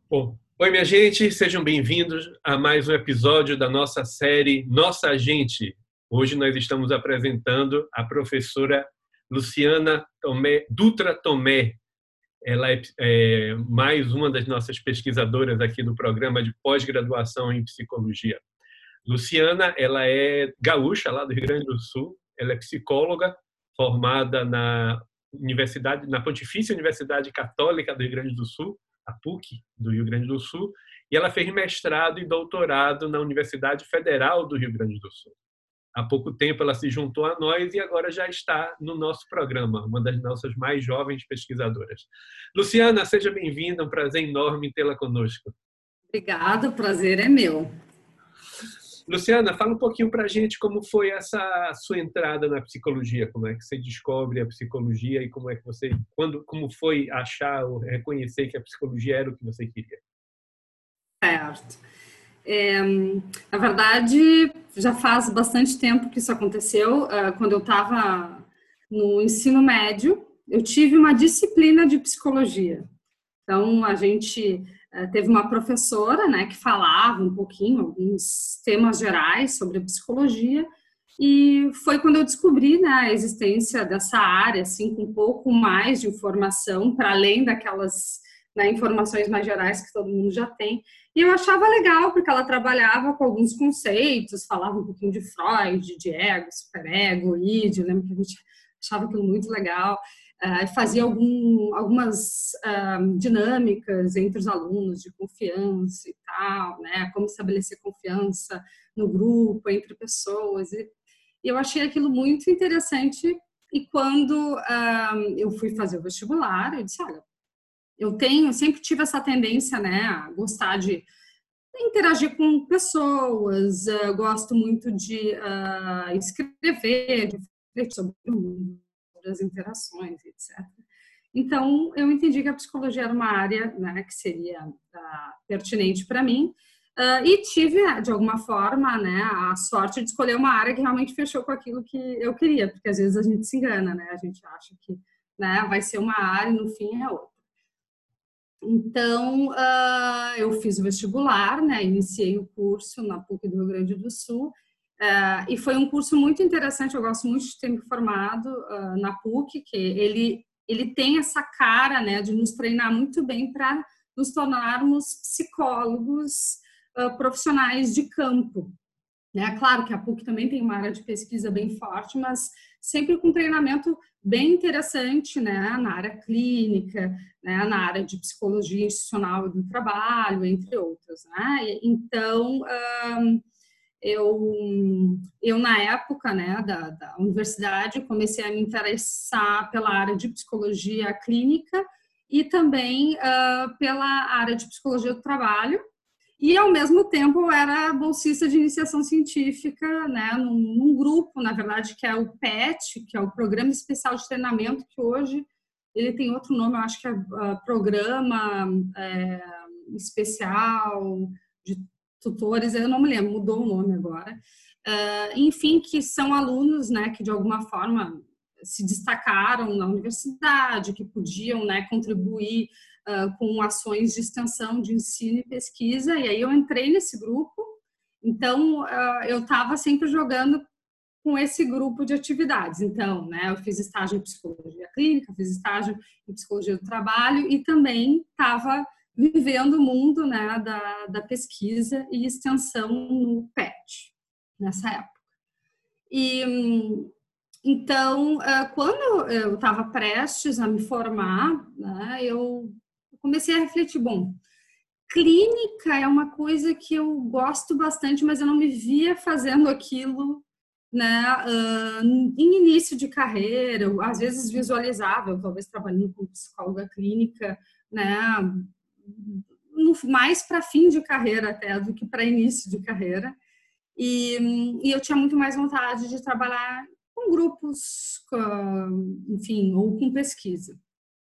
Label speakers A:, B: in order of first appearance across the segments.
A: Bom, oi, minha gente, sejam bem-vindos a mais um episódio da nossa série Nossa Gente. Hoje nós estamos apresentando a professora Luciana Dutra Tomé. Ela é mais uma das nossas pesquisadoras aqui do programa de pós-graduação em psicologia. Luciana, ela é gaúcha, lá do Rio Grande do Sul. Ela é psicóloga, formada na Pontifícia Universidade Católica do Rio Grande do Sul, a PUC do Rio Grande do Sul, e ela fez mestrado e doutorado na Universidade Federal do Rio Grande do Sul. Há pouco tempo ela se juntou a nós e agora já está no nosso programa, uma das nossas mais jovens pesquisadoras. Luciana, seja bem-vinda, um prazer enorme tê-la conosco.
B: Obrigada, o prazer é meu.
A: Luciana, fala um pouquinho para a gente como foi essa sua entrada na psicologia, como é que você descobre a psicologia e como é que como foi achar ou reconhecer que a psicologia era o que você queria.
B: Certo. Na verdade, já faz bastante tempo que isso aconteceu. Quando eu estava no ensino médio, eu tive uma disciplina de psicologia. Então, a gente teve uma professora, né, que falava um pouquinho, alguns temas gerais sobre a psicologia, e foi quando eu descobri, né, a existência dessa área, assim, com um pouco mais de informação, para além daquelas, né, informações mais gerais que todo mundo já tem. E eu achava legal, porque ela trabalhava com alguns conceitos, falava um pouquinho de Freud, de ego, superego, id, eu lembro que a gente achava aquilo muito legal. Fazia algumas dinâmicas entre os alunos de confiança e tal, né? Como estabelecer confiança no grupo, entre pessoas. E eu achei aquilo muito interessante. E quando eu fui fazer o vestibular, eu disse, olha, eu sempre tive essa tendência, né, a gostar de interagir com pessoas, gosto muito de escrever, de refletir sobre o mundo, sobre as interações, etc. Então, eu entendi que a psicologia era uma área, né, que seria pertinente para mim, e tive, de alguma forma, né, a sorte de escolher uma área que realmente fechou com aquilo que eu queria, porque às vezes a gente se engana, né, a gente acha que, né, vai ser uma área e no fim é outra. Então, eu fiz o vestibular, né, iniciei o curso na PUC do Rio Grande do Sul, e foi um curso muito interessante, eu gosto muito de ter me formado na PUC, que ele tem essa cara, né, de nos treinar muito bem para nos tornarmos psicólogos profissionais de campo. Né? Claro que a PUC também tem uma área de pesquisa bem forte, mas sempre com treinamento bem interessante, né, na área clínica, né, na área de psicologia institucional e do trabalho, entre outras. Né? Então, eu na época, né, da universidade, comecei a me interessar pela área de psicologia clínica e também pela área de psicologia do trabalho. E, ao mesmo tempo, eu era bolsista de iniciação científica, né, num grupo, na verdade, que é o PET, que é o Programa Especial de Treinamento, que hoje ele tem outro nome, eu acho que é Programa Especial de Tutores, eu não me lembro, mudou o nome agora. Enfim, que são alunos, né, que de alguma forma se destacaram na universidade, que podiam, né, contribuir com ações de extensão de ensino e pesquisa, e aí eu entrei nesse grupo, então eu estava sempre jogando com esse grupo de atividades. Então, né, eu fiz estágio em psicologia clínica, fiz estágio em psicologia do trabalho e também estava vivendo o mundo, né, da pesquisa e extensão no PET, nessa época. E então, quando eu estava prestes a me formar, né, eu comecei a refletir, bom, clínica é uma coisa que eu gosto bastante, mas eu não me via fazendo aquilo, né, em início de carreira, eu, às vezes visualizava, eu talvez trabalhando como psicóloga clínica, né, mais para fim de carreira até do que para início de carreira, e eu tinha muito mais vontade de trabalhar com grupos, enfim, ou com pesquisa.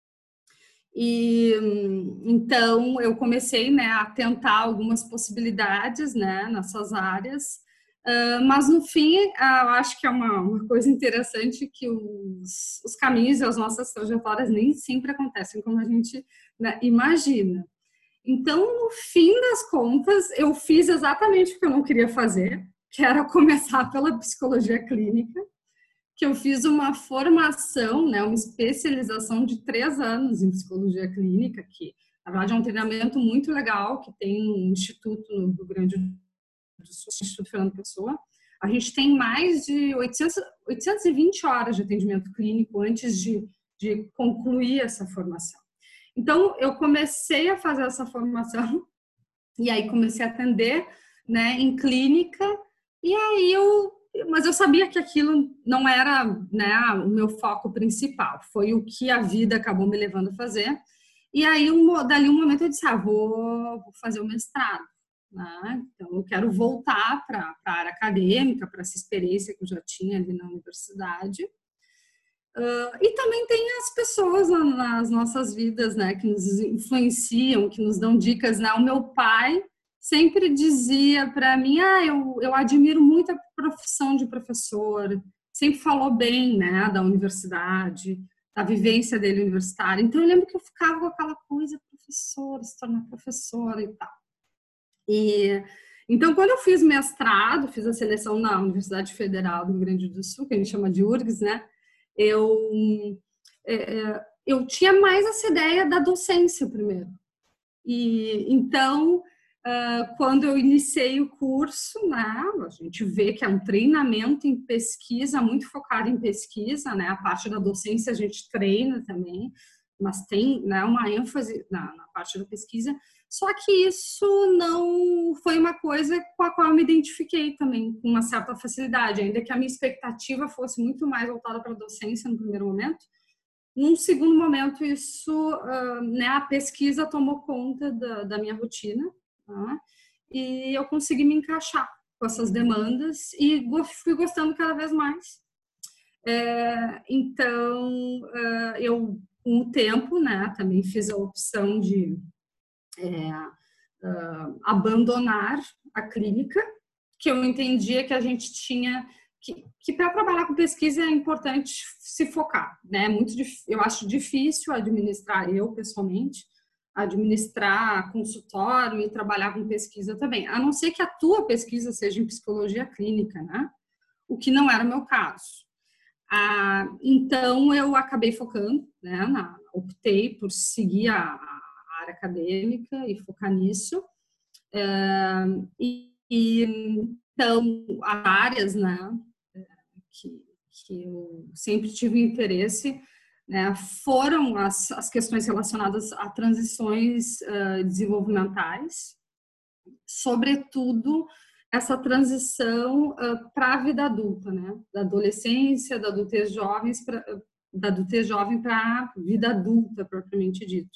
B: E então eu comecei, né, a tentar algumas possibilidades, né, nessas áreas, mas no fim eu acho que é uma coisa interessante que os caminhos e as nossas trajetórias nem sempre acontecem como a gente, né, imagina. Então, no fim das contas, eu fiz exatamente o que eu não queria fazer, que era começar pela psicologia clínica, que eu fiz uma formação, né, uma especialização de 3 anos em psicologia clínica, que, na verdade, é um treinamento muito legal, que tem um instituto no Rio Grande do Sul, Instituto Fernando Pessoa. A gente tem mais de 820 horas de atendimento clínico antes de concluir essa formação. Então, eu comecei a fazer essa formação e aí comecei a atender, né, em clínica, e aí mas eu sabia que aquilo não era, né, o meu foco principal, foi o que a vida acabou me levando a fazer. E aí, dali um momento eu disse, vou fazer o mestrado, né? Então, eu quero voltar para a área acadêmica, para essa experiência que eu já tinha ali na universidade. E também tem as pessoas nas nossas vidas, né, que nos influenciam, que nos dão dicas, né? O meu pai sempre dizia para mim, eu admiro muito a profissão de professor, sempre falou bem, né, da universidade, da vivência dele universitária. Então, eu lembro que eu ficava com aquela coisa, professora, se tornar professora e tal. Então, quando eu fiz mestrado, fiz a seleção na Universidade Federal do Rio Grande do Sul, que a gente chama de URGS, né, eu tinha mais essa ideia da docência primeiro. E então, quando eu iniciei o curso, né, a gente vê que é um treinamento em pesquisa, muito focado em pesquisa, né, a parte da docência a gente treina também, mas tem, né, uma ênfase na parte da pesquisa, só que isso não foi uma coisa com a qual eu me identifiquei também, com uma certa facilidade, ainda que a minha expectativa fosse muito mais voltada para a docência no primeiro momento. Num segundo momento, né, a pesquisa tomou conta da minha rotina, tá? E eu consegui me encaixar com essas demandas e fui gostando cada vez mais. Então, eu, com o tempo, né, também fiz a opção de abandonar a clínica, que eu entendia que a gente tinha que para trabalhar com pesquisa é importante se focar, né? Eu acho difícil administrar, eu pessoalmente, administrar consultório e trabalhar com pesquisa também, a não ser que a tua pesquisa seja em psicologia clínica, né? O que não era o meu caso. Então, eu acabei focando, né? Optei por seguir a área acadêmica e focar nisso. Então, as áreas, né, que eu sempre tive interesse, né, foram as questões relacionadas a transições desenvolvimentais, sobretudo essa transição para a vida adulta, né, da adolescência, da adultez jovem para a vida adulta, propriamente dito.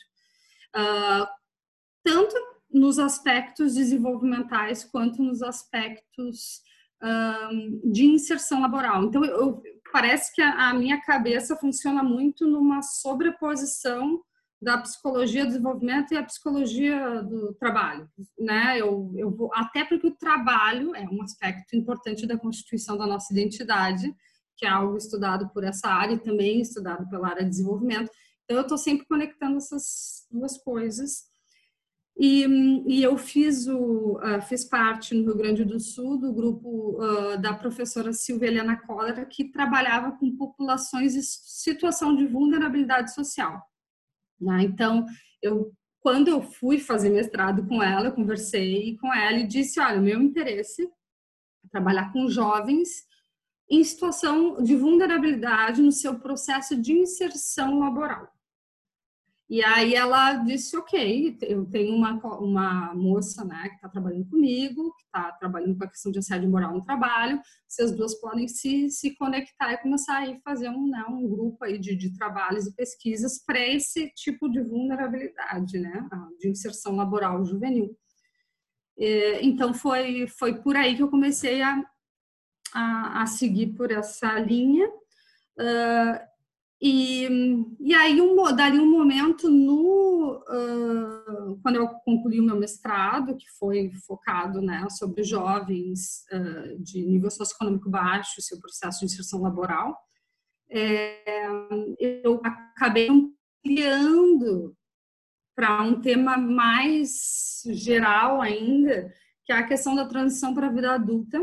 B: Tanto nos aspectos desenvolvimentais quanto nos aspectos de inserção laboral. Então, parece que a minha cabeça funciona muito numa sobreposição da psicologia do desenvolvimento e a psicologia do trabalho, né? Eu vou, até porque o trabalho é um aspecto importante da constituição da nossa identidade, que é algo estudado por essa área e também estudado pela área de desenvolvimento. Então, eu estou sempre conectando essas duas coisas. E eu fiz parte no Rio Grande do Sul do grupo da professora Silvia Helena Collera, que trabalhava com populações em situação de vulnerabilidade social, né? Então, quando eu fui fazer mestrado com ela, eu conversei com ela e disse, olha, o meu interesse é trabalhar com jovens em situação de vulnerabilidade no seu processo de inserção laboral. E aí ela disse, ok, eu tenho uma moça, né, que está trabalhando comigo, que está trabalhando com a questão de assédio moral no trabalho, vocês duas podem se conectar e começar a fazer um grupo aí de trabalhos e pesquisas para esse tipo de vulnerabilidade, né, de inserção laboral juvenil. Então foi por aí que eu comecei a seguir por essa linha. E aí, daria um momento quando eu concluí o meu mestrado, que foi focado, né, sobre jovens de nível socioeconômico baixo, seu processo de inserção laboral, eu acabei ampliando para um tema mais geral ainda, que é a questão da transição para a vida adulta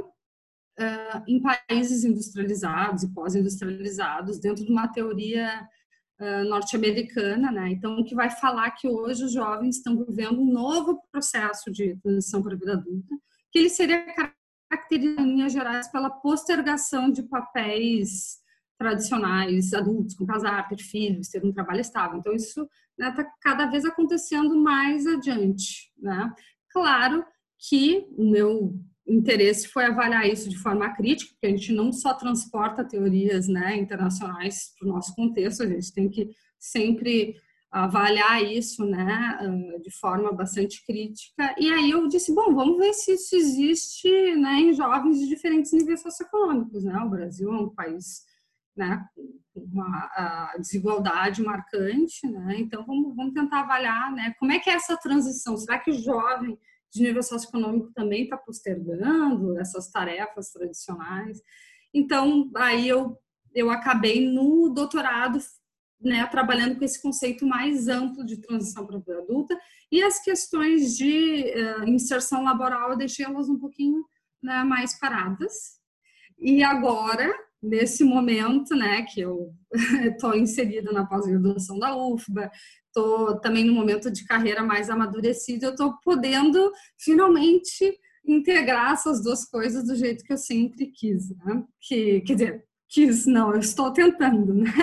B: em países industrializados e pós-industrializados, dentro de uma teoria norte-americana, né? Então, que vai falar que hoje os jovens estão vivendo um novo processo de transição para a vida adulta, que ele seria caracterizado, em linhas gerais, pela postergação de papéis tradicionais, adultos, com casar, ter filhos, ter um trabalho estável. Então, isso está cada vez acontecendo mais adiante, né? Claro que o meu interesse foi avaliar isso de forma crítica, porque a gente não só transporta teorias, né, internacionais para o nosso contexto, a gente tem que sempre avaliar isso, né, de forma bastante crítica. E aí eu disse, bom, vamos ver se isso existe, né, em jovens de diferentes níveis socioeconômicos, né? O Brasil é um país, né, com uma desigualdade marcante, né? Então vamos tentar avaliar, né, como é que é essa transição. Será que o jovem de nível socioeconômico também está postergando essas tarefas tradicionais? Então, aí eu acabei no doutorado, né, trabalhando com esse conceito mais amplo de transição para a vida adulta, e as questões de inserção laboral eu deixei elas um pouquinho, né, mais paradas. E agora, nesse momento, né, que eu estou inserida na pós-graduação da UFBA, estou também no momento de carreira mais amadurecido, eu estou podendo finalmente integrar essas duas coisas do jeito que eu sempre quis, né? Quer dizer, não, eu estou tentando, né?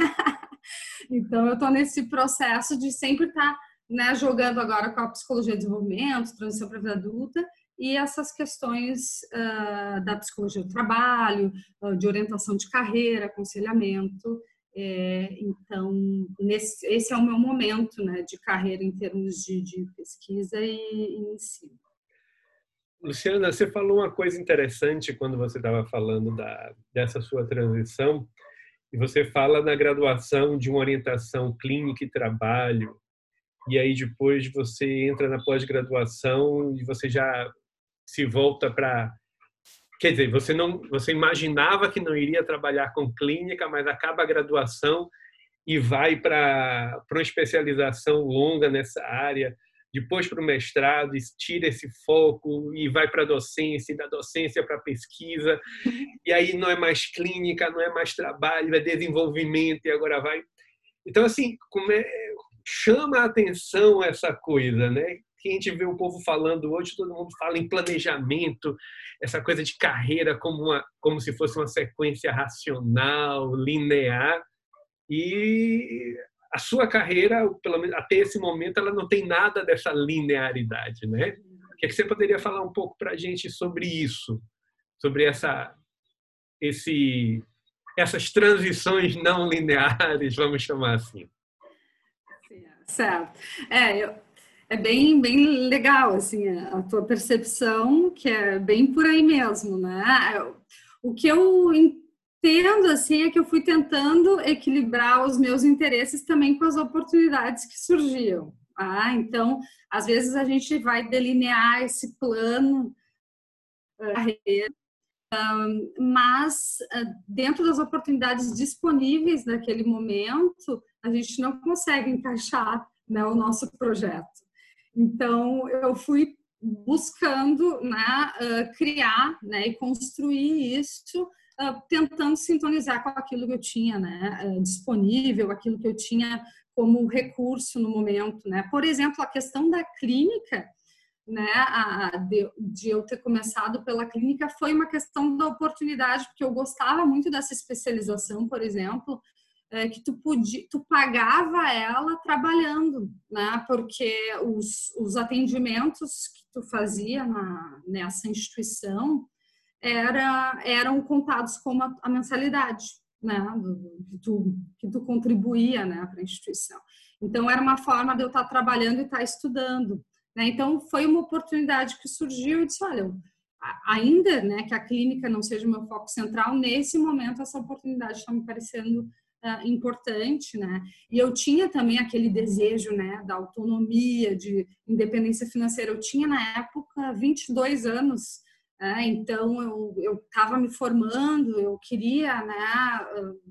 B: Então, eu estou nesse processo de sempre estar, né, jogando agora com a psicologia de desenvolvimento, transição para a vida adulta, e essas questões da psicologia do trabalho, de orientação de carreira, aconselhamento. Então, esse é o meu momento, né, de carreira em termos de pesquisa e ensino.
A: Luciana, você falou uma coisa interessante quando você estava falando dessa sua transição, e você fala na graduação de uma orientação clínica e trabalho, e aí depois você entra na pós-graduação e você já se volta para... Quer dizer, você imaginava que não iria trabalhar com clínica, mas acaba a graduação e vai para uma especialização longa nessa área, depois para o mestrado, e tira esse foco e vai para a docência, e da docência para a pesquisa, e aí não é mais clínica, não é mais trabalho, é desenvolvimento, e agora vai... Então, assim, chama a atenção essa coisa, né? Que a gente vê o povo falando hoje, todo mundo fala em planejamento, essa coisa de carreira como se fosse uma sequência racional, linear, e a sua carreira, pelo menos até esse momento, ela não tem nada dessa linearidade, né? O que você poderia falar um pouco para a gente sobre isso, sobre essas transições não lineares, vamos chamar assim?
B: Certo. É bem legal, assim, a tua percepção, que é bem por aí mesmo, né? O que eu entendo, assim, é que eu fui tentando equilibrar os meus interesses também com as oportunidades que surgiam. Então, às vezes a gente vai delinear esse plano carreira, mas dentro das oportunidades disponíveis naquele momento, a gente não consegue encaixar, né, o nosso projeto. Então, eu fui buscando, né, criar, né, e construir isso, tentando sintonizar com aquilo que eu tinha, né, disponível, aquilo que eu tinha como recurso no momento, né? Por exemplo, a questão da clínica, né, de eu ter começado pela clínica foi uma questão da oportunidade, porque eu gostava muito dessa especialização, por exemplo, que tu pagava ela trabalhando, né, porque os atendimentos que tu fazia nessa instituição eram contados como a mensalidade, né, que tu contribuía, né, para a instituição. Então, era uma forma de eu estar trabalhando e estar estudando. Então, foi uma oportunidade que surgiu e disse, olha, ainda, né, que a clínica não seja o meu foco central, nesse momento essa oportunidade está me parecendo importante, né? E eu tinha também aquele desejo, né, da autonomia, de independência financeira. Eu tinha, na época, 22 anos, então eu estava me formando, eu queria, né,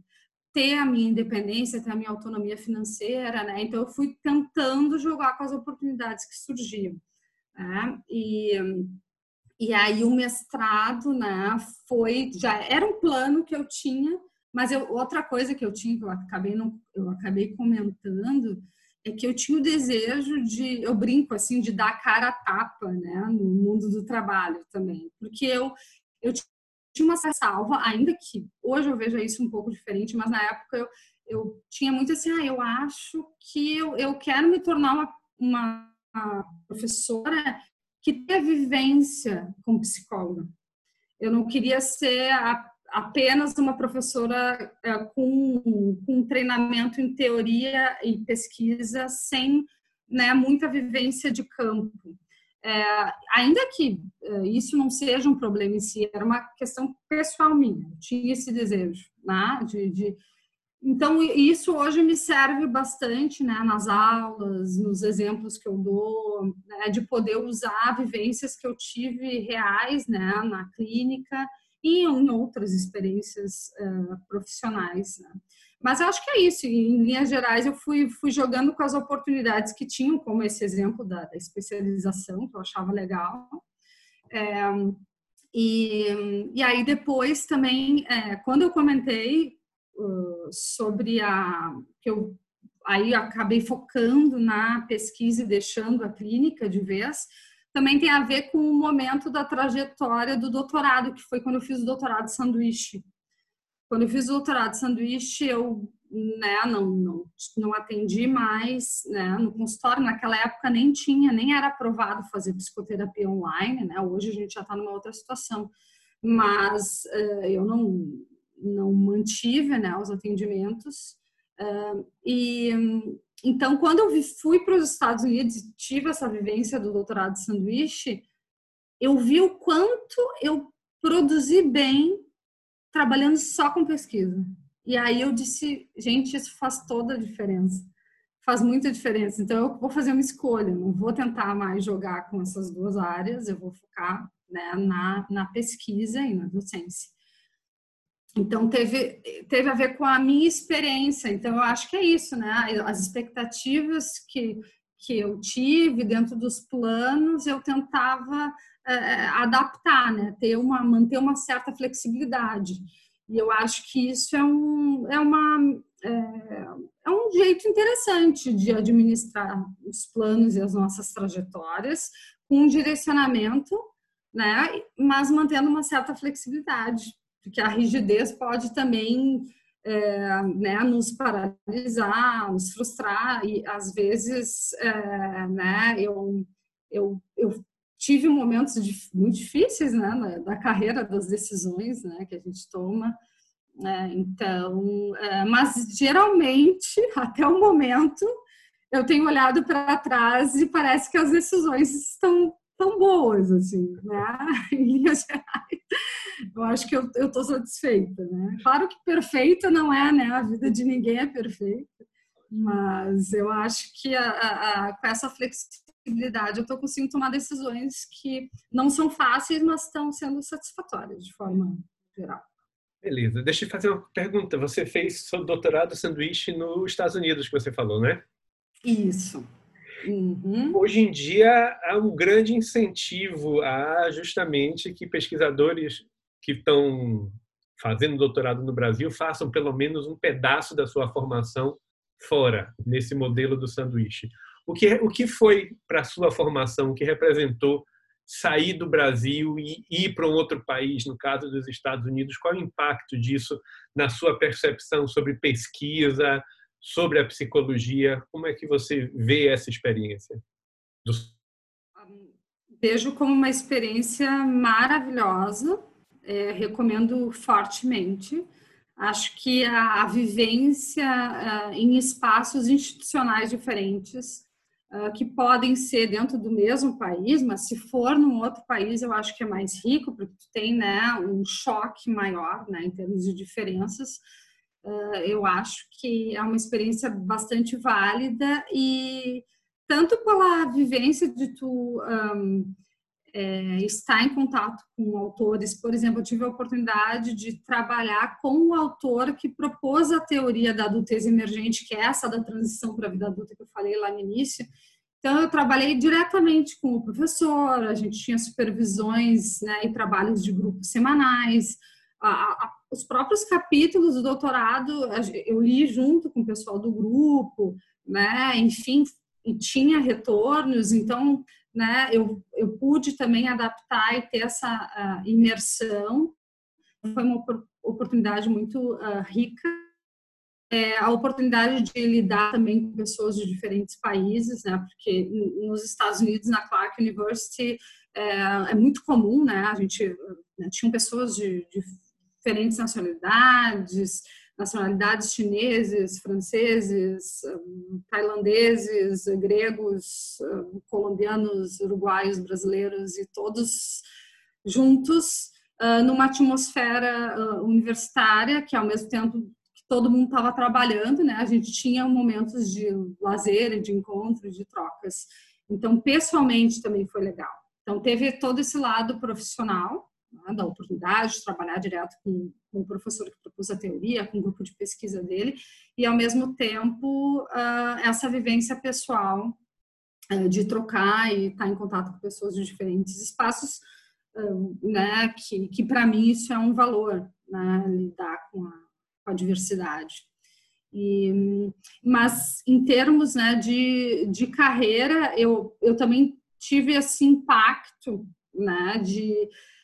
B: ter a minha independência, ter a minha autonomia financeira, né? Então eu fui tentando jogar com as oportunidades que surgiam, né? E aí o mestrado, né, já era um plano que eu tinha, mas outra coisa que eu tinha, que eu acabei comentando, é que eu tinha o desejo eu brinco assim, de dar a cara a tapa, né, no mundo do trabalho também, porque eu tinha uma salva, ainda que hoje eu veja isso um pouco diferente, mas na época eu tinha muito assim, eu acho que eu quero me tornar uma professora que tenha vivência como psicóloga. Eu não queria ser apenas uma professora com treinamento em teoria e pesquisa, sem, né, muita vivência de campo. Ainda que isso não seja um problema em si, era uma questão pessoal minha. Eu tinha esse desejo, né, Então, isso hoje me serve bastante, né, nas aulas, nos exemplos que eu dou, né, de poder usar vivências que eu tive reais, né, na clínica e em outras experiências profissionais, né. Mas eu acho que é isso, em linhas gerais eu fui jogando com as oportunidades que tinham, como esse exemplo da especialização, que eu achava legal. E aí depois também, quando eu comentei sobre que eu aí acabei focando na pesquisa e deixando a clínica de vez, também tem a ver com o momento da trajetória do doutorado, que foi quando eu fiz o doutorado de sanduíche. Quando eu fiz o doutorado de sanduíche, eu, né, não atendi mais, né, no consultório. Naquela época nem era aprovado fazer psicoterapia online, né? Hoje a gente já está numa outra situação, mas eu não mantive, né, os atendimentos. E então, quando eu fui para os Estados Unidos e tive essa vivência do doutorado de sanduíche, eu vi o quanto eu produzi bem trabalhando só com pesquisa. E aí eu disse, gente, isso faz toda a diferença. Faz muita diferença. Então, eu vou fazer uma escolha. Não vou tentar mais jogar com essas duas áreas. Eu vou focar, né, na pesquisa e na docência. Então, teve a ver com a minha experiência. Então, eu acho que é isso, né? As expectativas que eu tive dentro dos planos, eu tentava adaptar, né? Manter uma certa flexibilidade. E eu acho que isso é um jeito interessante de administrar os planos e as nossas trajetórias, com um direcionamento, né? Mas mantendo uma certa flexibilidade, porque a rigidez pode também né, nos paralisar, nos frustrar, e às vezes né, eu tive momentos muito difíceis, né, da carreira, das decisões, né, que a gente toma, então, mas geralmente, até o momento, eu tenho olhado para trás e parece que as decisões estão tão boas, assim, né, em linhas gerais. Eu acho que eu estou satisfeita, né? Claro que perfeita não é, né? A vida de ninguém é perfeita, mas eu acho que com essa flexibilidade eu estou conseguindo tomar decisões que não são fáceis, mas estão sendo satisfatórias de forma geral.
A: Beleza. Deixa eu fazer uma pergunta. Você fez seu doutorado sanduíche nos Estados Unidos, que você falou, né?
B: Isso. Uhum.
A: Hoje em dia, há um grande incentivo a justamente que pesquisadores que estão fazendo doutorado no Brasil façam pelo menos um pedaço da sua formação fora, nesse modelo do sanduíche. O que foi para a sua formação, o que representou sair do Brasil e ir para um outro país, no caso dos Estados Unidos? Qual é o impacto disso na sua percepção sobre pesquisa, sobre a psicologia? Como é que você vê essa experiência?
B: Vejo como uma experiência maravilhosa, recomendo fortemente. Acho que a vivência em espaços institucionais diferentes, que podem ser dentro do mesmo país, mas se for num outro país, eu acho que é mais rico, porque tu tem, né, um choque maior, né, em termos de diferenças. Eu acho que é uma experiência bastante válida, e tanto pela vivência de tu estar em contato com autores. Por exemplo, eu tive a oportunidade de trabalhar com o autor que propôs a teoria da adultez emergente, que é essa da transição para a vida adulta que eu falei lá no início. Então, eu trabalhei diretamente com o professor, a gente tinha supervisões, né, e trabalhos de grupos semanais. Os próprios capítulos do doutorado eu li junto com o pessoal do grupo, né, enfim, e tinha retornos, então, né, eu pude também adaptar e ter essa imersão. Foi uma oportunidade muito rica. A oportunidade de lidar também com pessoas de diferentes países, né, porque nos Estados Unidos, na Clark University, é muito comum, né, a gente tinha pessoas de diferentes nacionalidades chineses, franceses, tailandeses, gregos, colombianos, uruguaios, brasileiros, e todos juntos numa atmosfera universitária, que ao mesmo tempo que todo mundo estava trabalhando, né, a gente tinha momentos de lazer, de encontro, de trocas. Então, pessoalmente também foi legal. Então, teve todo esse lado profissional, da oportunidade de trabalhar direto com o professor que propôs a teoria, com o grupo de pesquisa dele, e ao mesmo tempo essa vivência pessoal de trocar e estar em contato com pessoas de diferentes espaços, né, que para mim isso é um valor, né, lidar com a diversidade. Mas em termos, né, de carreira, eu também tive esse impacto, né, de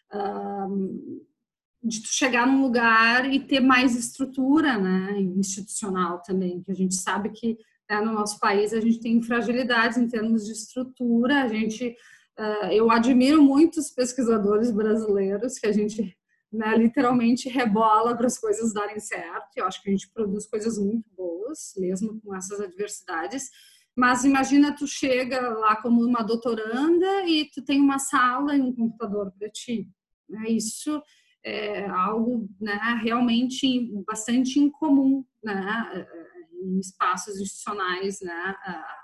B: chegar num lugar e ter mais estrutura, né, institucional também, que a gente sabe que no nosso país a gente tem fragilidades em termos de estrutura. Eu admiro muito os pesquisadores brasileiros, que a gente, né, literalmente rebola para as coisas darem certo. Eu acho que a gente produz coisas muito boas, mesmo com essas adversidades. Mas imagina, tu chega lá como uma doutoranda e tu tem uma sala e um computador para ti. Isso é algo, né, realmente bastante incomum, né, em espaços institucionais, né,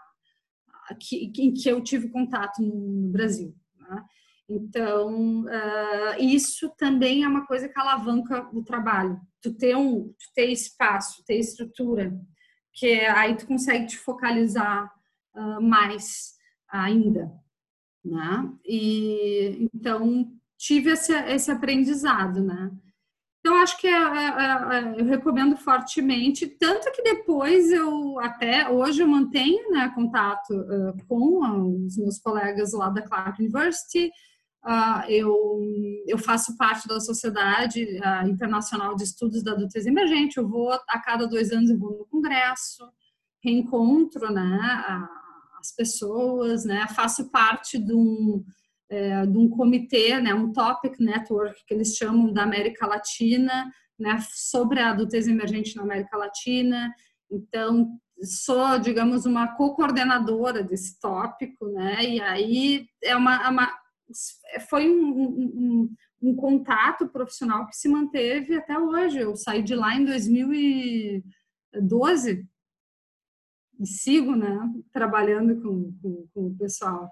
B: em que eu tive contato no Brasil. Né? Então, isso também é uma coisa que alavanca o trabalho. Tu ter espaço, ter estrutura, que aí tu consegue te focalizar mais ainda. Né? E então tive esse aprendizado, né? Então acho que eu recomendo fortemente, tanto que depois até hoje eu mantenho, né, contato com os meus colegas lá da Clark University. Eu faço parte da Sociedade Internacional de Estudos da Adultez Emergente. Eu vou a cada 2 anos, eu vou no congresso, reencontro, né, as pessoas, né, faço parte de um comitê, né, um topic network que eles chamam da América Latina, né, sobre a adultez emergente na América Latina. Então, sou, digamos, uma co-coordenadora desse tópico, né, e aí foi um contato profissional que se manteve até hoje. Eu saí de lá em 2012 e sigo, né, trabalhando com o pessoal.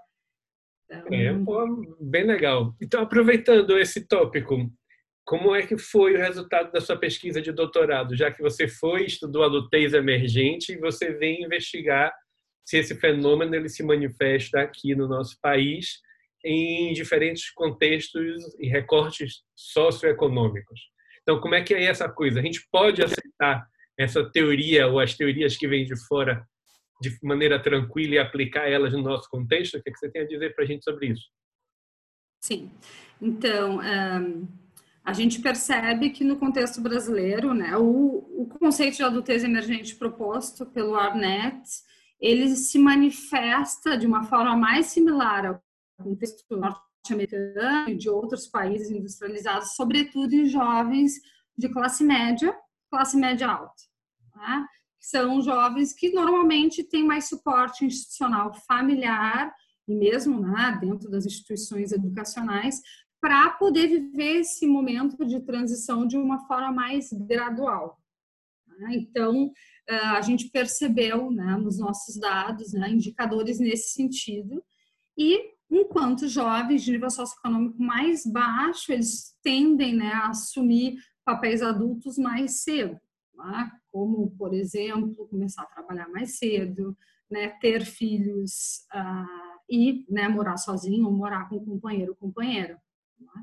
A: Bem legal. Então, aproveitando esse tópico, como é que foi o resultado da sua pesquisa de doutorado, já que você estudou adultez emergente e você vem investigar se esse fenômeno ele se manifesta aqui no nosso país em diferentes contextos e recortes socioeconômicos. Então, como é que é essa coisa? A gente pode aceitar essa teoria ou as teorias que vêm de fora de maneira tranquila e aplicar elas no nosso contexto? O que você tem a dizer para a gente sobre isso?
B: Sim. Então, a gente percebe que no contexto brasileiro, né, o conceito de adultez emergente proposto pelo Arnett, ele se manifesta de uma forma mais similar ao contexto norte-americano e de outros países industrializados, sobretudo em jovens de classe média alta, né? São jovens que normalmente têm mais suporte institucional familiar e mesmo, né, dentro das instituições educacionais, para poder viver esse momento de transição de uma forma mais gradual. Né? Então, a gente percebeu, né, nos nossos dados, né, indicadores nesse sentido, e enquanto enquanto jovens de nível socioeconômico mais baixo, eles tendem, né, a assumir papéis adultos mais cedo, tá? Como, por exemplo, começar a trabalhar mais cedo, né, ter filhos e, né, morar sozinho ou morar com um companheiro ou companheira. Tá?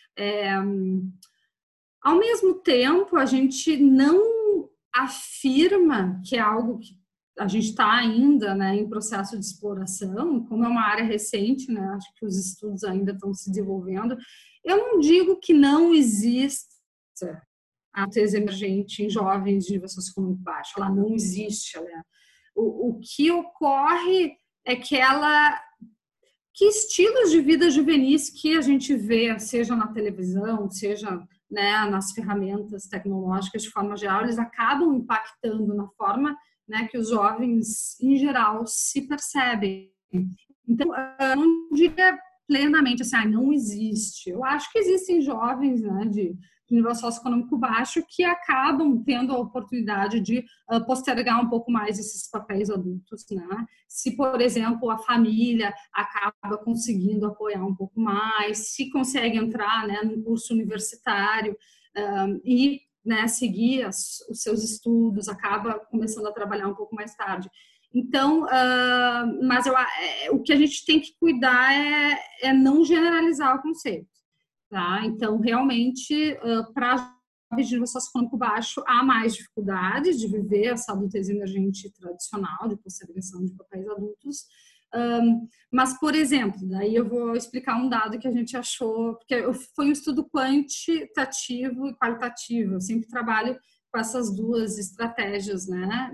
B: Ao mesmo tempo, a gente não afirma que é algo que a gente está ainda, né, em processo de exploração, como é uma área recente, né, acho que os estudos ainda estão se desenvolvendo. Eu não digo que não exista a adultez emergente em jovens de nível socioeconômico baixo, ela não existe. O que ocorre é que estilos de vida juvenis que a gente vê, seja na televisão, seja, né, nas ferramentas tecnológicas de forma geral, eles acabam impactando na forma, né, que os jovens, em geral, se percebem. Então, eu não diria plenamente assim, não existe. Eu acho que existem jovens, né, de nível socioeconômico baixo que acabam tendo a oportunidade de postergar um pouco mais esses papéis adultos, né? Se, por exemplo, a família acaba conseguindo apoiar um pouco mais, se consegue entrar, né, num curso universitário e, né, seguir os seus estudos, acaba começando a trabalhar um pouco mais tarde. Então, mas o que a gente tem que cuidar é não generalizar o conceito. Tá? Então, realmente, para jovens de nível socioeconômico baixo, há mais dificuldades de viver essa adultez emergente tradicional, de postergação de papéis adultos. Mas, por exemplo, daí eu vou explicar um dado que a gente achou, porque foi um estudo quantitativo e qualitativo. Eu sempre trabalho com essas duas estratégias, né,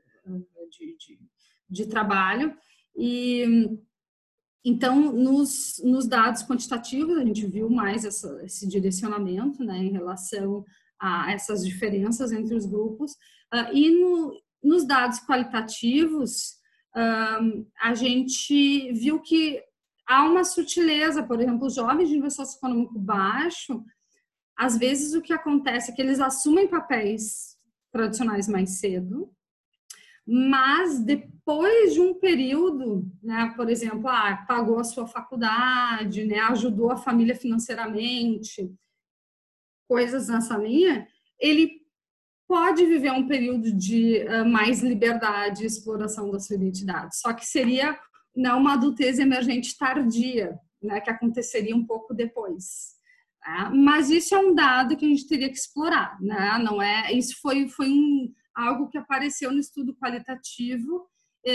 B: de trabalho. E então, nos dados quantitativos, a gente viu mais esse direcionamento, né, em relação a essas diferenças entre os grupos. E nos dados qualitativos, a gente viu que há uma sutileza. Por exemplo, os jovens de nível socioeconômico baixo, às vezes o que acontece é que eles assumem papéis tradicionais mais cedo, mas depois de um período, né, por exemplo, pagou a sua faculdade, né, ajudou a família financeiramente, coisas nessa linha, ele pode viver um período de mais liberdade e exploração da sua identidade. Só que seria, né, uma adultez emergente tardia, né, que aconteceria um pouco depois. Né? Mas isso é um dado que a gente teria que explorar, né? Não é? Isso foi algo que apareceu no estudo qualitativo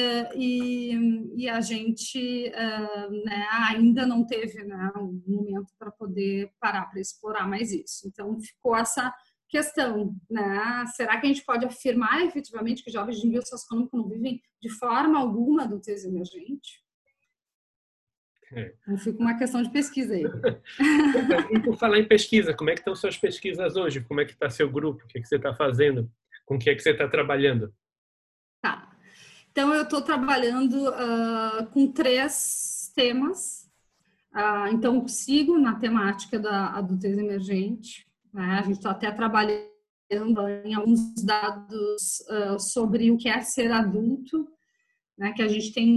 B: e a gente, né, ainda não teve, né, um momento para poder parar para explorar mais isso. Então, ficou essa questão, né? Será que a gente pode afirmar efetivamente que jovens de nível socioeconômico não vivem de forma alguma adultez emergente? Então, fica uma questão de pesquisa aí.
A: E por falar em pesquisa, como é que estão suas pesquisas hoje? Como é que está seu grupo? O que você está fazendo? Com o que é que você está trabalhando?
B: Tá. Então, eu estou trabalhando com 3 temas. Então, sigo na temática da adultez emergente. Né? A gente está até trabalhando em alguns dados sobre o que é ser adulto, né? Que a gente tem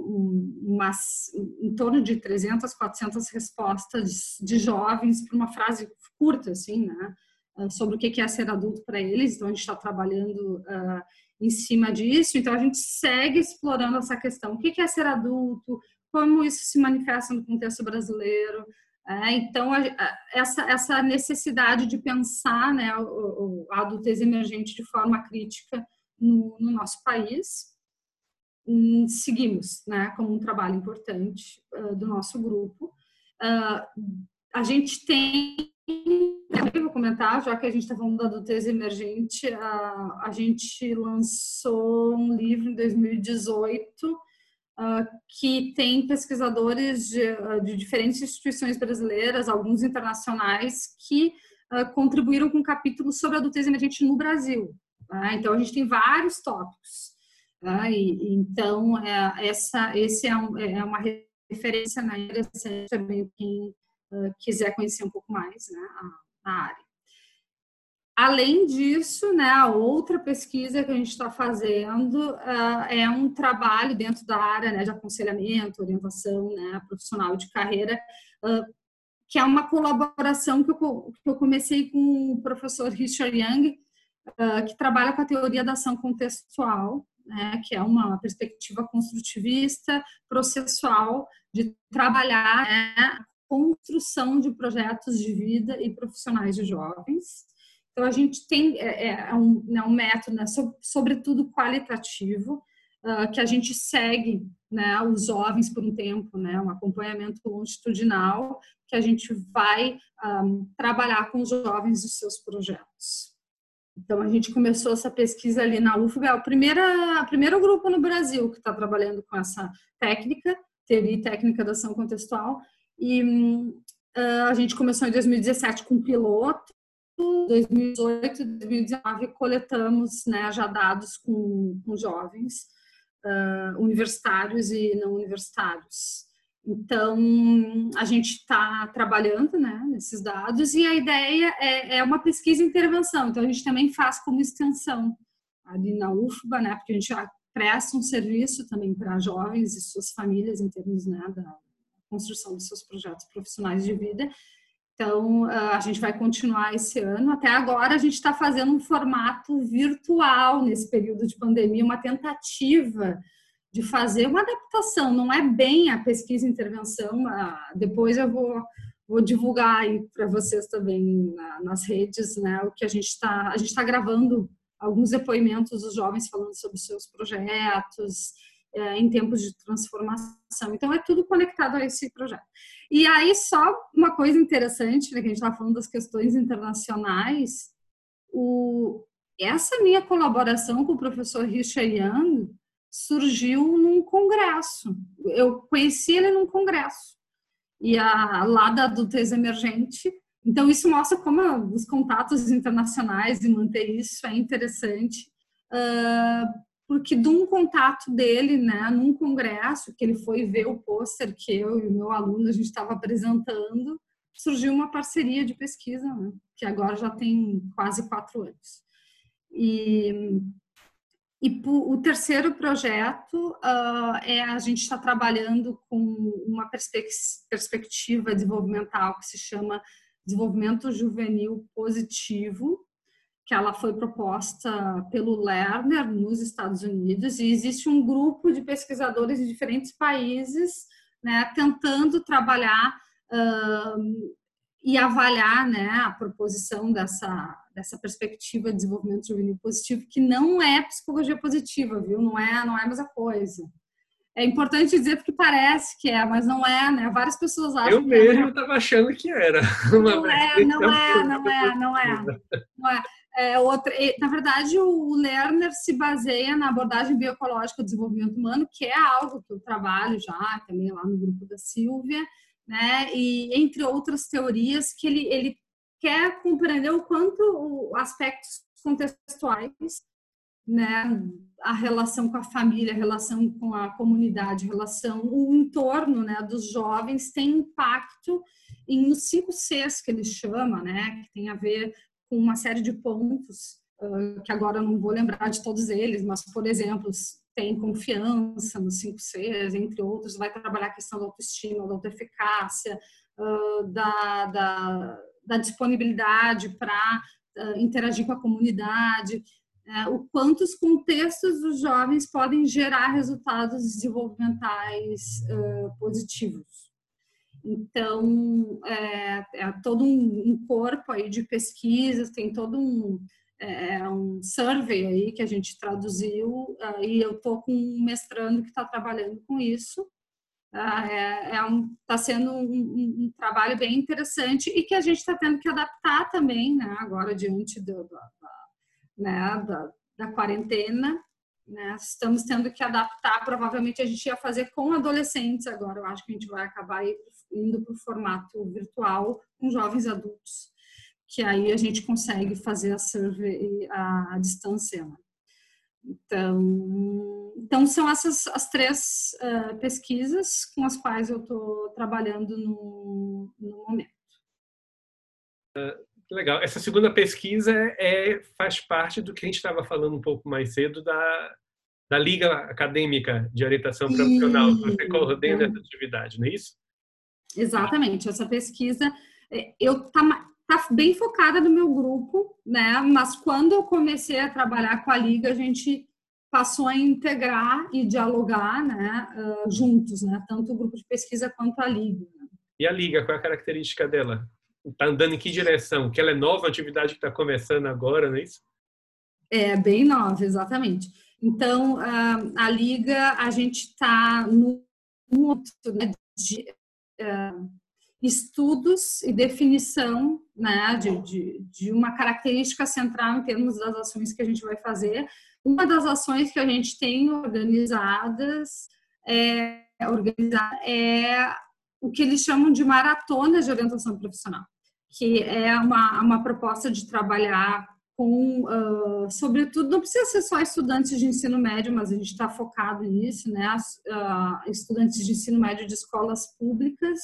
B: em torno de 300, 400 respostas de jovens para uma frase curta, assim, né? Sobre o que é ser adulto para eles. Então, a gente está trabalhando em cima disso. Então, a gente segue explorando essa questão. O que é ser adulto? Como isso se manifesta no contexto brasileiro? Então, essa necessidade de pensar, né, a adultez emergente de forma crítica no nosso país. Seguimos, né, como um trabalho importante do nosso grupo. A gente tem, eu vou comentar, já que a gente está falando da adultez emergente, a gente lançou um livro em 2018 que tem pesquisadores de diferentes instituições brasileiras, alguns internacionais, que contribuíram com capítulos sobre a adultez emergente no Brasil. Então, a gente tem vários tópicos. Então, esse é uma referência na área, também quem quiser conhecer um pouco mais, né, a área. Além disso, né, a outra pesquisa que a gente está fazendo é um trabalho dentro da área, né, de aconselhamento, orientação, né, profissional de carreira, que é uma colaboração que eu comecei com o professor Richard Young, que trabalha com a teoria da ação contextual, né, que é uma perspectiva construtivista, processual, de trabalhar, né, a construção de projetos de vida e profissionais de jovens. Então, a gente tem um método, né, sobretudo qualitativo, que a gente segue, né, os jovens por um tempo, né, um acompanhamento longitudinal, que a gente vai trabalhar com os jovens os seus projetos. Então, a gente começou essa pesquisa ali na UFBA, é o primeiro grupo no Brasil que está trabalhando com essa técnica, teoria e técnica da ação contextual, e a gente começou em 2017 com um piloto, 2018 e 2019 coletamos, né, já dados com jovens universitários e não universitários. Então, a gente está trabalhando, né, nesses dados e a ideia é uma pesquisa e intervenção. Então, a gente também faz como extensão ali na UFBA, né, porque a gente presta um serviço também para jovens e suas famílias em termos, né, da construção dos seus projetos profissionais de vida. Então, a gente vai continuar esse ano. Até agora, a gente está fazendo um formato virtual nesse período de pandemia, uma tentativa de fazer uma adaptação. Não é bem a pesquisa e intervenção. Depois eu vou divulgar aí para vocês também nas redes, né, o que a gente está gravando alguns depoimentos dos jovens falando sobre seus projetos, em tempos de transformação. Então, é tudo conectado a esse projeto. E aí, só uma coisa interessante, né, que a gente está falando das questões internacionais, essa minha colaboração com o professor Richard Young surgiu num congresso. Eu conheci ele num congresso, lá da adultez emergente. Então, isso mostra como os contatos internacionais e manter isso é interessante, porque de um contato dele, né, num congresso, que ele foi ver o pôster que eu e o meu aluno a gente estava apresentando, surgiu uma parceria de pesquisa, né, que agora já tem quase 4 anos. E o terceiro projeto a gente está trabalhando com uma perspectiva desenvolvimental que se chama Desenvolvimento Juvenil Positivo, que ela foi proposta pelo Lerner nos Estados Unidos, e existe um grupo de pesquisadores de diferentes países, né, tentando trabalhar e avaliar, né, a proposição dessa perspectiva de desenvolvimento juvenil positivo, que não é psicologia positiva, viu? Não é a mesma coisa. É importante dizer porque parece que é, mas não é, né? Várias pessoas acham
A: que é. Eu mesmo estava achando que era.
B: Não é. Na verdade, o Lerner se baseia na abordagem bioecológica do desenvolvimento humano, que é algo que eu trabalho já, também lá no grupo da Silvia, né? E entre outras teorias que ele quer compreender o quanto aspectos contextuais, né, a relação com a família, a relação com a comunidade, o entorno, né, dos jovens tem impacto nos 5 Cs que ele chama, né, que tem a ver com uma série de pontos, que agora eu não vou lembrar de todos eles, mas, por exemplo, tem confiança nos 5 Cs, entre outros, vai trabalhar a questão da autoestima, da autoeficácia, da disponibilidade para interagir com a comunidade, o quanto os contextos dos jovens podem gerar resultados desenvolvimentais positivos. Então, é todo um corpo aí de pesquisas, tem todo um survey aí que a gente traduziu, e eu estou com um mestrando que está trabalhando com isso. Está sendo um trabalho bem interessante e que a gente está tendo que adaptar também, né, agora diante da quarentena, né? Estamos tendo que adaptar, provavelmente a gente ia fazer com adolescentes agora, eu acho que a gente vai acabar indo para o formato virtual com jovens adultos, que aí a gente consegue fazer a survey à distância, né? Então são essas as 3 pesquisas com as quais eu estou trabalhando no momento.
A: Legal. Essa segunda pesquisa faz parte do que a gente estava falando um pouco mais cedo da Liga Acadêmica de Orientação Profissional. Você coordena essa atividade, não é isso?
B: Exatamente. Essa pesquisa, tá bem focada no meu grupo, né? Mas quando eu comecei a trabalhar com a Liga, a gente passou a integrar e dialogar, né, juntos, né? Tanto o grupo de pesquisa quanto a Liga.
A: E a Liga, qual é a característica dela? Está andando em que direção? Que ela é nova, a atividade que está começando agora, não é isso?
B: É bem nova, exatamente. Então, a Liga, a gente está no ponto, né, de estudos e definição, né, de uma característica central em termos das ações que a gente vai fazer. Uma das ações que a gente tem organizadas é o que eles chamam de maratonas de orientação profissional, que é uma proposta de trabalhar com, sobretudo, não precisa ser só estudantes de ensino médio, mas a gente está focado nisso, né? Estudantes de ensino médio de escolas públicas,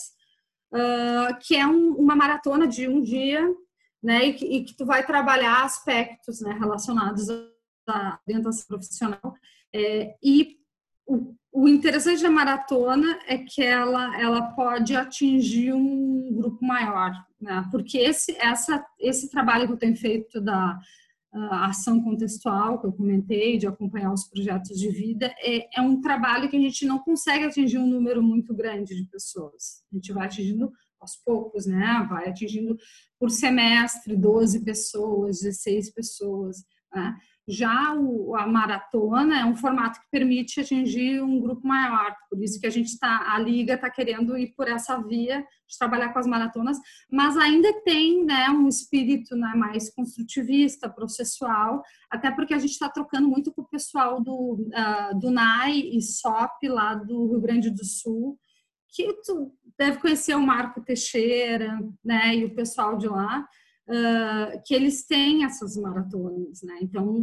B: que é uma maratona de um dia, né? E que tu vai trabalhar aspectos, né, relacionados à orientação profissional. E o interessante da maratona é que ela pode atingir um grupo maior, né? Porque esse trabalho que eu tenho feito da ação contextual, que eu comentei, de acompanhar os projetos de vida, é um trabalho que a gente não consegue atingir um número muito grande de pessoas. A gente vai atingindo aos poucos, né? Vai atingindo por semestre 12 pessoas, 16 pessoas, né? Já a maratona é um formato que permite atingir um grupo maior, por isso que a Liga está querendo ir por essa via de trabalhar com as maratonas, mas ainda tem, né, um espírito, né, mais construtivista, processual, até porque a gente está trocando muito com o pessoal do NAI e SOP lá do Rio Grande do Sul, que tu deve conhecer o Marco Teixeira, né, e o pessoal de lá. Que eles têm essas maratonas, né? Então,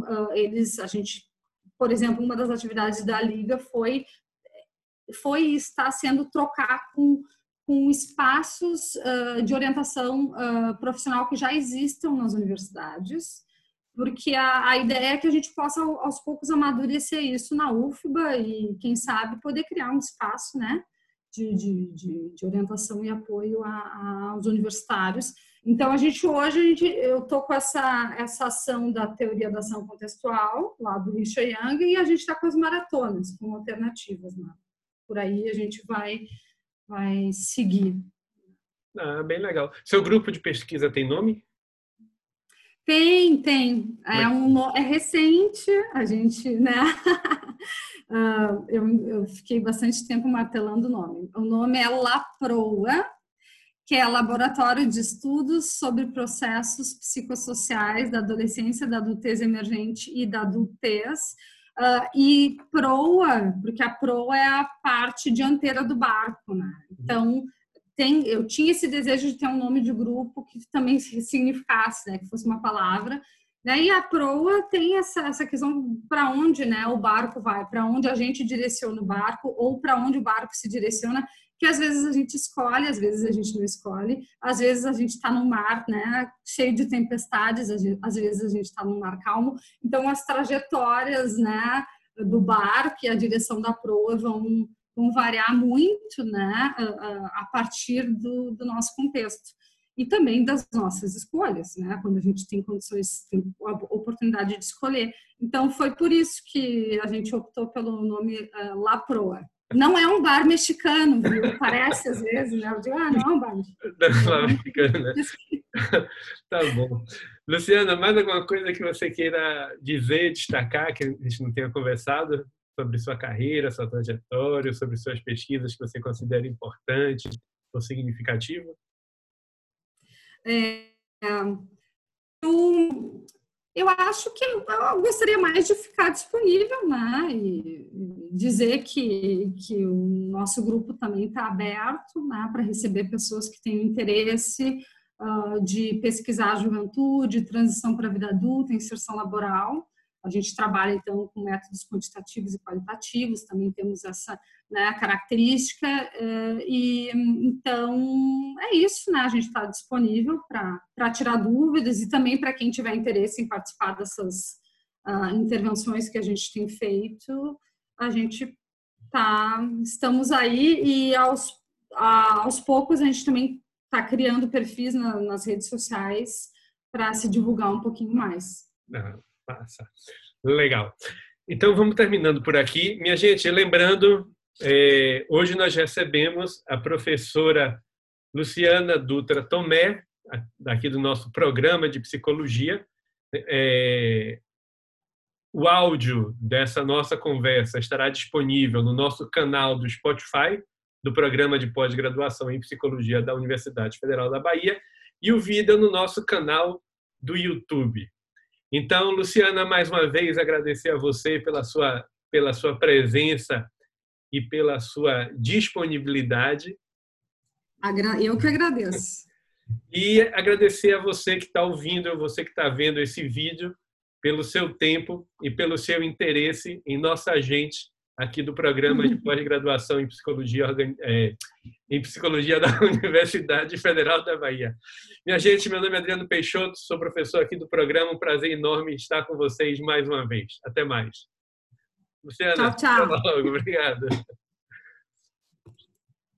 B: por exemplo, uma das atividades da Liga foi estar sendo trocar com espaços de orientação profissional que já existam nas universidades, porque a ideia é que a gente possa, aos poucos, amadurecer isso na UFBA e, quem sabe, poder criar um espaço, né, de orientação e apoio aos universitários. Então, eu estou com essa ação da teoria da ação contextual, lá do Richard Young, e a gente está com as maratonas, com alternativas, né? Por aí a gente vai seguir.
A: Bem legal. Seu grupo de pesquisa tem nome?
B: Tem. É recente, a gente, né? Eu fiquei bastante tempo martelando o nome. O nome é LAPROA, que é Laboratório de Estudos sobre Processos Psicossociais da Adolescência, da Adultez Emergente e da Adultez. E proa, porque a proa é a parte dianteira do barco, né? Então, eu tinha esse desejo de ter um nome de grupo que também significasse, né, que fosse uma palavra. Né? E a proa tem essa questão para onde, né, o barco vai, para onde a gente direciona o barco ou para onde o barco se direciona, que às vezes a gente escolhe, às vezes a gente não escolhe, às vezes a gente está no mar, né, cheio de tempestades, às vezes a gente está no mar calmo. Então, as trajetórias, né, do barco e a direção da proa vão variar muito, né, a partir do nosso contexto. E também das nossas escolhas, né? Quando a gente tem condições, tem a oportunidade de escolher. Então, foi por isso que a gente optou pelo nome La Proa. Não é um bar mexicano, viu? Parece às vezes, né? Eu digo, não é um bar
A: mexicano. Né? Tá bom. Luciana, mais alguma coisa que você queira dizer, destacar, que a gente não tenha conversado sobre sua carreira, sua trajetória, sobre suas pesquisas que você considera importante ou significativo?
B: Eu acho que eu gostaria mais de ficar disponível, né? E dizer que o nosso grupo também está aberto, né, para receber pessoas que têm interesse de pesquisar a juventude, transição para a vida adulta, inserção laboral. A gente trabalha, então, com métodos quantitativos e qualitativos, também temos essa, né, característica, e então é isso, né? A gente está disponível para tirar dúvidas e também para quem tiver interesse em participar dessas intervenções que a gente tem feito, estamos aí e aos poucos a gente também está criando perfis nas redes sociais para se divulgar um pouquinho mais.
A: Passa. Legal. Então, vamos terminando por aqui. Minha gente, lembrando, hoje nós recebemos a professora Luciana Dutra Tomé, aqui do nosso programa de psicologia. O áudio dessa nossa conversa estará disponível no nosso canal do Spotify, do programa de pós-graduação em psicologia da Universidade Federal da Bahia, e o vídeo no nosso canal do YouTube. Então, Luciana, mais uma vez agradecer a você pela sua presença e pela sua disponibilidade.
B: Eu que agradeço.
A: E agradecer a você que está ouvindo, você que está vendo esse vídeo, pelo seu tempo e pelo seu interesse em nossa agente aqui do programa de pós-graduação em psicologia da Universidade Federal da Bahia. Minha gente, meu nome é Adriano Peixoto, sou professor aqui do programa, um prazer enorme estar com vocês mais uma vez. Até mais. Luciana,
B: tchau, tchau.
A: Até logo. Obrigado.